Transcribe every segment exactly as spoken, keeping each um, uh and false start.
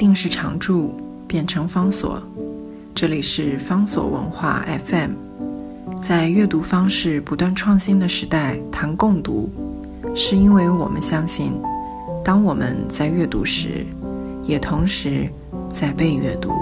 定时常驻变成方所，这里是方所文化 F M。 在阅读方式不断创新的时代谈共读，是因为我们相信，当我们在阅读时，也同时在被阅读。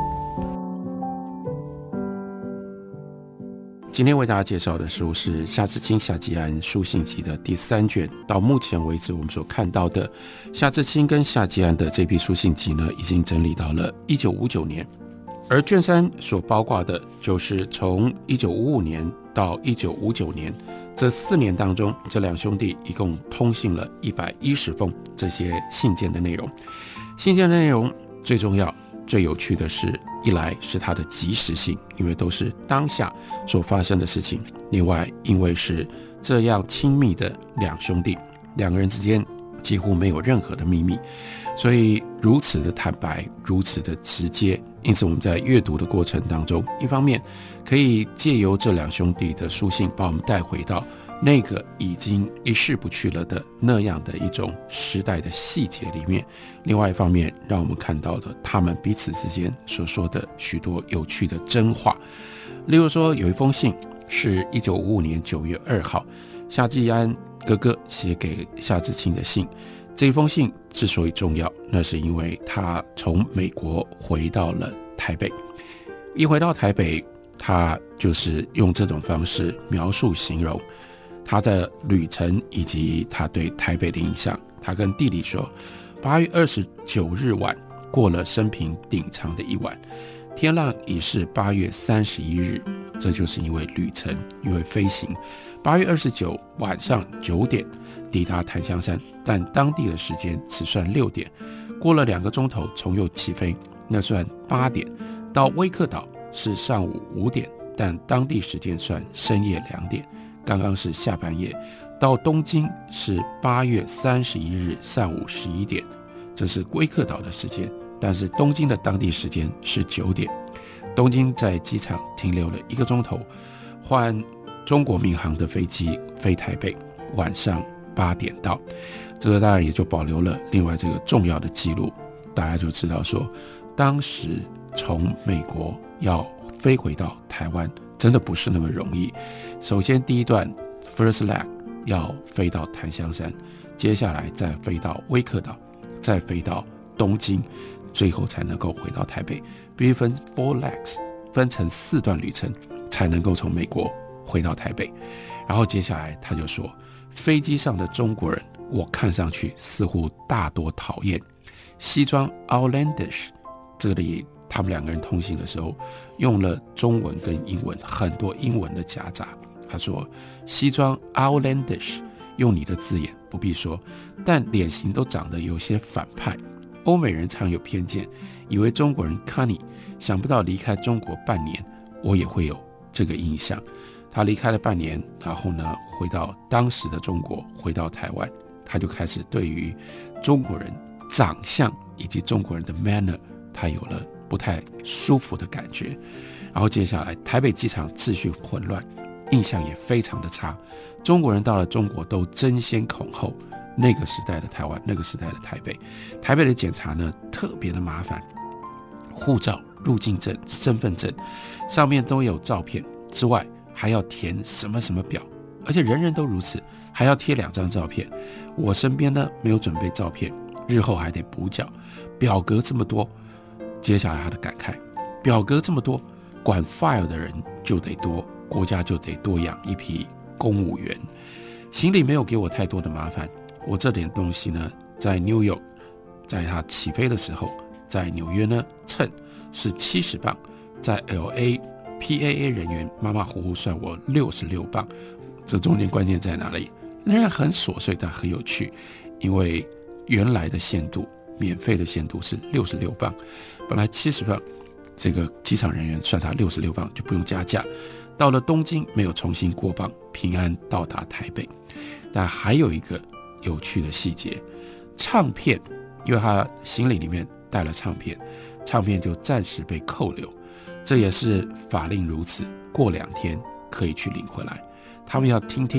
今天为大家介绍的书是夏志清夏季安书信集的第三卷。到目前为止我们所看到的夏志清跟夏季安的这批书信集呢，已经整理到了一九五九年，而卷三所包括的就是从一九五五年到一九五九年这四年当中，这两兄弟一共通信了一百一十封这些信件的内容。信件的内容最重要最有趣的是，一来是它的及时性，因为都是当下所发生的事情；另外因为是这样亲密的两兄弟，两个人之间几乎没有任何的秘密，所以如此的坦白，如此的直接。因此我们在阅读的过程当中，一方面可以借由这两兄弟的书信把我们带回到那个已经一逝不去了的那样的一种时代的细节里面，另外一方面让我们看到了他们彼此之间所说的许多有趣的真话。例如说有一封信是一九五五年九月二号夏季安哥哥写给夏志清的信。这封信之所以重要，那是因为他从美国回到了台北，一回到台北，他就是用这种方式描述形容他的旅程以及他对台北的印象。他跟弟弟说，八月二十九日晚过了生平顶长的一晚，天亮已是八月三十一日，这就是因为旅程，因为飞行。八月二十九晚上九点抵达檀香山，但当地的时间只算六点，过了两个钟头从又起飞，那算八点。到威克岛是上午五点，但当地时间算深夜两点，刚刚是下半夜。到东京是八月三十一日上午十一点，这是威克岛的时间，但是东京的当地时间是九点。东京在机场停留了一个钟头，换中国民航的飞机飞台北，晚上八点到。这个当然也就保留了另外这个重要的记录，大家就知道说，当时从美国要飞回到台湾真的不是那么容易。首先第一段 first leg 要飞到檀香山，接下来再飞到威克岛，再飞到东京，最后才能够回到台北，必须分 four legs， 分成四段旅程才能够从美国回到台北。然后接下来他就说，飞机上的中国人我看上去似乎大多讨厌，西装 outlandish， 这里他们两个人通行的时候用了中文跟英文，很多英文的夹杂。他说西装 outlandish， 用你的字眼不必说，但脸型都长得有些反派。欧美人常有偏见，以为中国人 cunning， 想不到离开中国半年我也会有这个印象。他离开了半年，然后呢回到当时的中国，回到台湾，他就开始对于中国人长相以及中国人的 manner， 他有了不太舒服的感觉。然后接下来台北机场秩序混乱，印象也非常的差，中国人到了中国都争先恐后。那个时代的台湾，那个时代的台北，台北的检查呢特别的麻烦，护照、入境证、身份证上面都有照片之外，还要填什么什么表，而且人人都如此，还要贴两张照片。我身边呢没有准备照片，日后还得补缴。表格这么多，接下来他的感慨，表格这么多，管 file 的人就得多，国家就得多养一批公务员。行李没有给我太多的麻烦，我这点东西呢在 New York， 在他起飞的时候，在纽约呢称是七十磅，在 L A P A A 人员马马虎虎算我六十六磅。这中间关键在哪里？仍然很琐碎但很有趣，因为原来的限度，免费的限度是六十六磅，本来七十磅，这个机场人员算他六十六磅就不用加价。到了东京没有重新过磅，平安到达台北。但还有一个有趣的细节，唱片，因为他行李里面带了唱片，唱片就暂时被扣留，这也是法令如此，过两天可以去领回来。他们要听听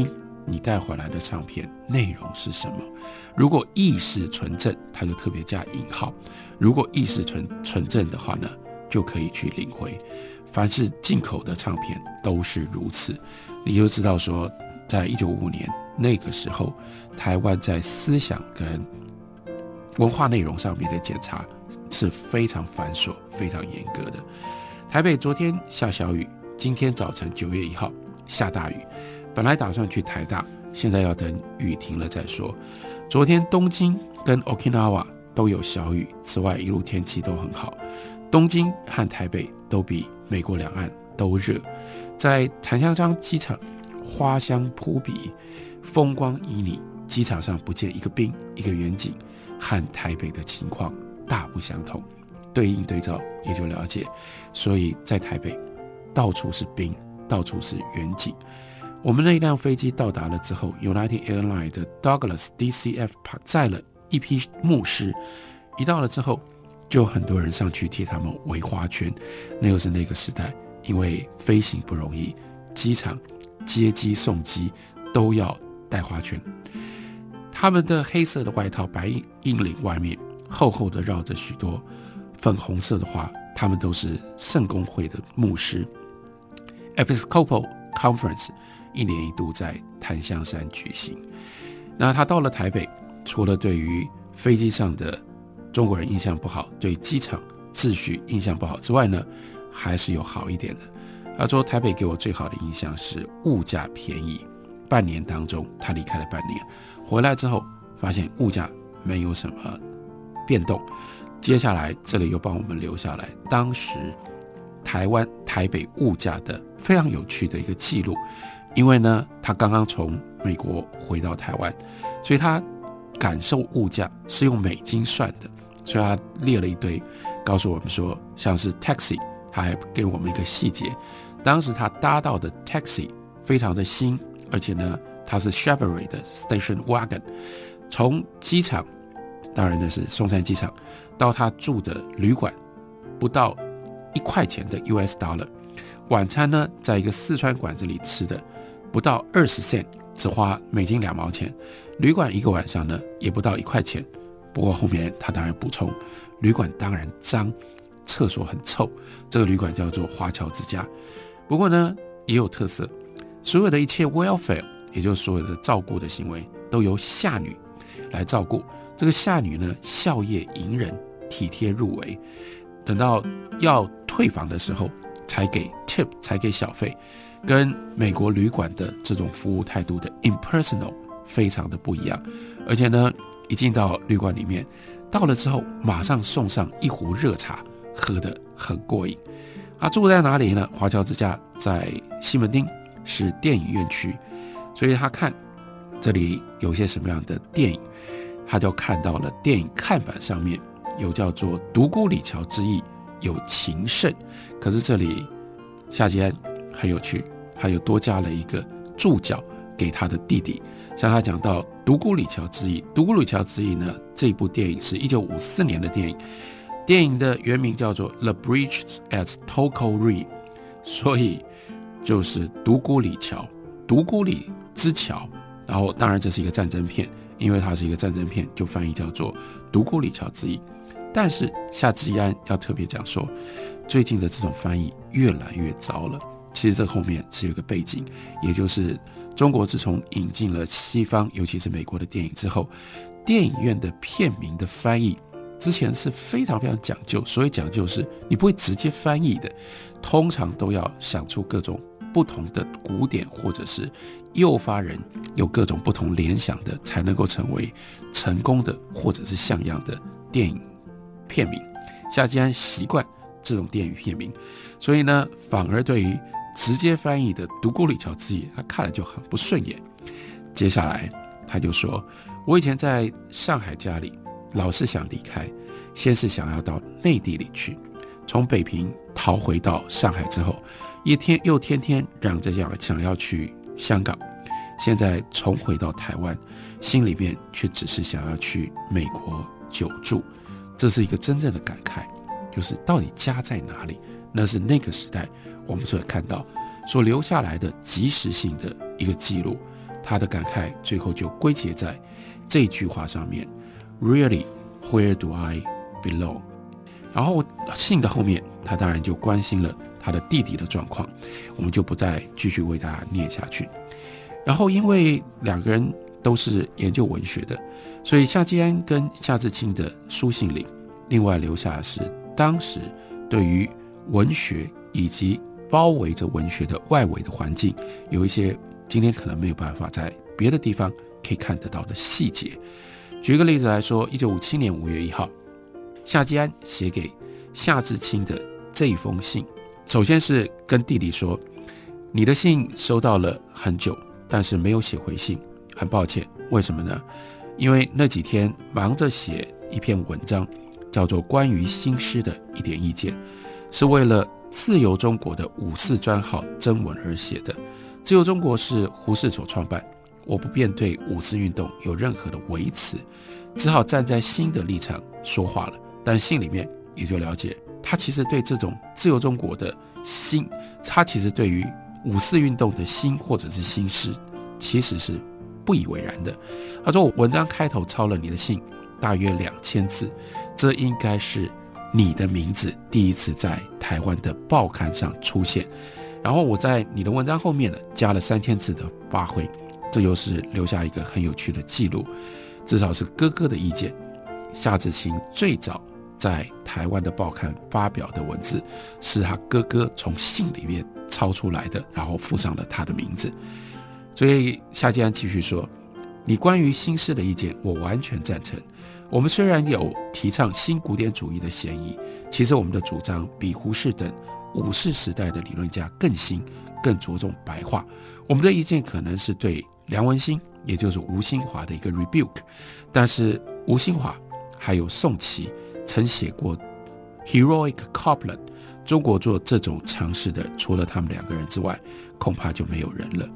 你带回来的唱片内容是什么。如果意式纯正，他就特别加引号，如果意式纯纯正的话呢，就可以去领回。凡是进口的唱片都是如此，你就知道说，在一九五五年那个时候，台湾在思想跟文化内容上面的检查是非常繁琐、非常严格的。台北昨天下小雨，今天早晨九月一号下大雨，本来打算去台大，现在要等雨停了再说。昨天东京跟 Okinawa 都有小雨，此外一路天气都很好。东京和台北都比美国两岸都热，在檀香章机场花香扑鼻，风光旖旎，机场上不见一个兵一个远景，和台北的情况大不相同，对应对照也就了解。所以在台北到处是兵，到处是远景。我们那一辆飞机到达了之后， United Airlines 的 Douglas D C F 载了一批牧师，一到了之后就很多人上去替他们围花圈。那又是那个时代，因为飞行不容易，机场接机送机都要戴花圈。他们的黑色的外套，白硬领外面厚厚的绕着许多粉红色的花，他们都是圣公会的牧师。 Episcopal Conference 一年一度在檀香山举行。那他到了台北，除了对于飞机上的中国人印象不好，对机场秩序印象不好之外呢，还是有好一点的。他说台北给我最好的印象是物价便宜，半年当中他离开了半年，回来之后发现物价没有什么变动。接下来这里又帮我们留下来当时台湾台北物价的非常有趣的一个记录。因为呢他刚刚从美国回到台湾，所以他感受物价是用美金算的，所以他列了一堆，告诉我们说，像是 taxi， 他还给我们一个细节，当时他搭到的 taxi 非常的新，而且呢它是 Chevrolet 的 station wagon， 从机场，当然那是松山机场，到他住的旅馆不到一块钱的 U S dollar， 晚餐呢在一个四川馆子里吃的不到二十 cent， 只花美金两毛钱，旅馆一个晚上呢也不到一块钱。不过后面他当然补充，旅馆当然脏，厕所很臭，这个旅馆叫做华侨之家。不过呢也有特色，所有的一切 welfare， 也就是所有的照顾的行为都由下女来照顾。这个下女呢孝业迎人，体贴入微，等到要退房的时候才给 tip， 才给小费，跟美国旅馆的这种服务态度的 impersonal 非常的不一样。而且呢一进到旅馆里面，到了之后马上送上一壶热茶，喝得很过瘾。啊，住在哪里呢？华侨之家在西门町，是电影院区，所以他看这里有些什么样的电影，他就看到了电影看板上面有叫做《独孤李桥之役》，有情圣。可是这里夏吉安很有趣，他又多加了一个注脚给他的弟弟。像他讲到独孤李桥之役，独孤李桥之役呢，这部电影是一九五四年的电影，电影的原名叫做 The Bridge at Tokori， 所以就是独孤李桥，独孤李之桥。然后当然这是一个战争片，因为它是一个战争片，就翻译叫做独孤李桥之役。但是夏吉安要特别讲说，最近的这种翻译越来越糟了。其实这后面是有一个背景，也就是中国自从引进了西方尤其是美国的电影之后，电影院的片名的翻译之前是非常非常讲究。所以讲究是你不会直接翻译的，通常都要想出各种不同的古典，或者是诱发人有各种不同联想的，才能够成为成功的或者是像样的电影片名。夏吉安习惯这种电影片名，所以呢反而对于直接翻译的独孤李桥之役，他看了就很不顺眼。接下来他就说，我以前在上海家里老是想离开，先是想要到内地里去，从北平逃回到上海之后，一天又天天嚷着想要去香港，现在重回到台湾，心里面却只是想要去美国久住。这是一个真正的感慨，就是到底家在哪里，那是那个时代我们所看到所留下来的即时性的一个记录。 他的感慨最后就归结在这句话上面 Really, where do I belong? 然后信的后面他当然就关心了他的弟弟的状况，我们就不再继续为大家念下去。然后因为两个人都是研究文学的，所以夏基安跟夏志清的书信里另外留下的是当时对于文学以及包围着文学的外围的环境有一些今天可能没有办法在别的地方可以看得到的细节。举一个例子来说，一九五七年五月一号，夏基安写给夏志清的这一封信，首先是跟弟弟说，你的信收到了很久，但是没有写回信，很抱歉。为什么呢？因为那几天忙着写一篇文章，叫做关于新诗的一点意见，是为了自由中国的五四专号征文而写的。自由中国是胡适所创办，我不便对五四运动有任何的维持，只好站在新的立场说话了。但信里面也就了解，他其实对这种自由中国的新，他其实对于五四运动的新或者是新诗其实是不以为然的。他说，我文章开头抄了你的信大约两千字，这应该是你的名字第一次在台湾的报刊上出现，然后我在你的文章后面呢加了三千字的发挥，这又是留下一个很有趣的记录，至少是哥哥的意见。夏志清最早在台湾的报刊发表的文字是他哥哥从信里面抄出来的，然后附上了他的名字。所以夏基安继续说，你关于新诗的意见我完全赞成，我们虽然有提倡新古典主义的嫌疑，其实我们的主张比胡适等五四时代的理论家更新，更着重白话。我们的意见可能是对梁文兴，也就是吴兴华的一个 rebuke， 但是吴兴华还有宋琦曾写过 heroic couplet， 中国做这种尝试的除了他们两个人之外恐怕就没有人了。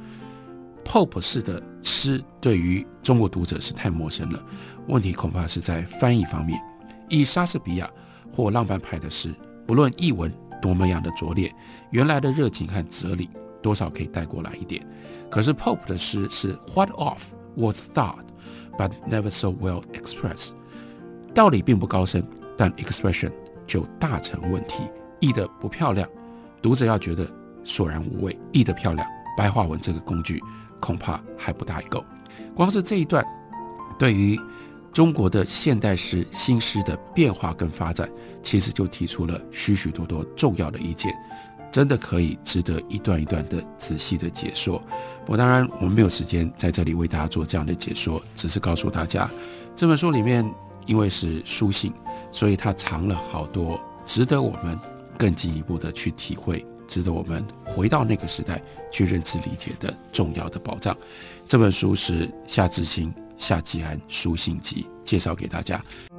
Pope 式的诗对于中国读者是太陌生了，问题恐怕是在翻译方面。以莎士比亚或浪漫派的诗，不论译文多么样的拙劣，原来的热情和哲理多少可以带过来一点。可是 Pope 的诗是 What of was thought but never so well expressed， 道理并不高深，但 expression 就大成问题。译得不漂亮，读者要觉得索然无味；译得漂亮，白话文这个工具恐怕还不大够。光是这一段对于中国的现代诗新诗的变化跟发展，其实就提出了许许多多重要的意见，真的可以值得一段一段的仔细的解说。我当然我们没有时间在这里为大家做这样的解说，只是告诉大家这本书里面因为是书信，所以它藏了好多值得我们更进一步的去体会，值得我们回到那个时代去认知理解的重要的宝藏。这本书是夏志清夏基安书信集，介绍给大家。